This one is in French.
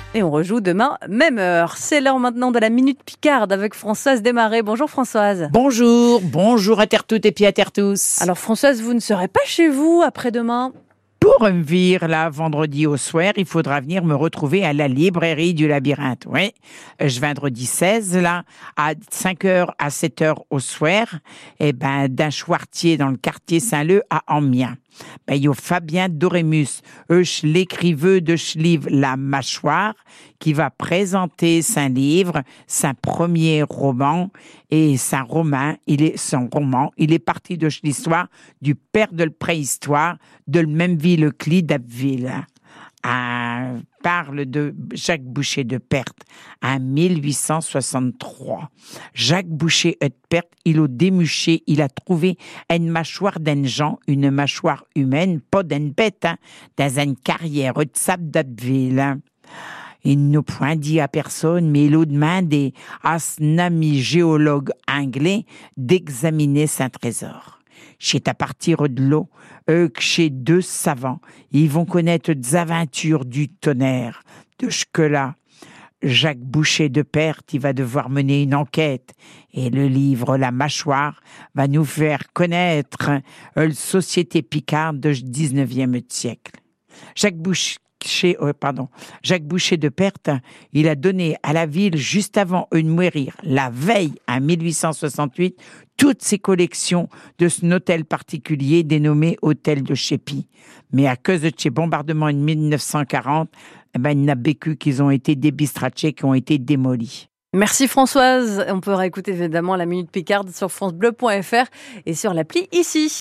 Et on rejoue demain, même heure. C'est l'heure maintenant de la Minute Picarde avec Françoise Desmarais. Bonjour Françoise. Bonjour à terre toutes et puis à terre tous. Alors Françoise, vous ne serez pas chez vous après-demain ? Pour me venir là, vendredi au soir, il faudra venir me retrouver à la librairie du Labyrinthe. Oui, vendredi 16, là, à 5h à 7h au soir, d'un Choirtier dans le quartier Saint-Leu à Amiens. Il y a Fabien Dorémus, l'écriveur de ce livre La Mâchoire, qui va présenter son livre, son premier roman, et son roman, il est parti de l'histoire du père de la préhistoire, de même ville d'Abbeville. Parle de Jacques Boucher de Perthes en 1863. Jacques Boucher de Perthes, il a démuché, il a trouvé une mâchoire d'un gens, une mâchoire humaine, pas d'une bête, dans une carrière de sable d'Abbeville. Il n'a point dit à personne, mais il a demandé à son ami géologue anglais d'examiner son trésor. C'est à partir de là que chez deux savants, ils vont connaître des aventures du tonnerre. De ce-là, Jacques Boucher de Perthes, il va devoir mener une enquête. Et le livre La Mâchoire va nous faire connaître la société picarde du 19e siècle. Jacques Boucher de Perthes, il a donné à la ville, juste avant de mourir, la veille, en 1868, toutes ses collections de son hôtel particulier dénommé Hôtel de Chépy. Mais à cause de ces bombardements en 1940, il n'a vécu qu'ils ont été débistrachés, qui ont été démolis. Merci Françoise. On peut réécouter évidemment la Minute Picarde sur francebleu.fr et sur l'appli ici.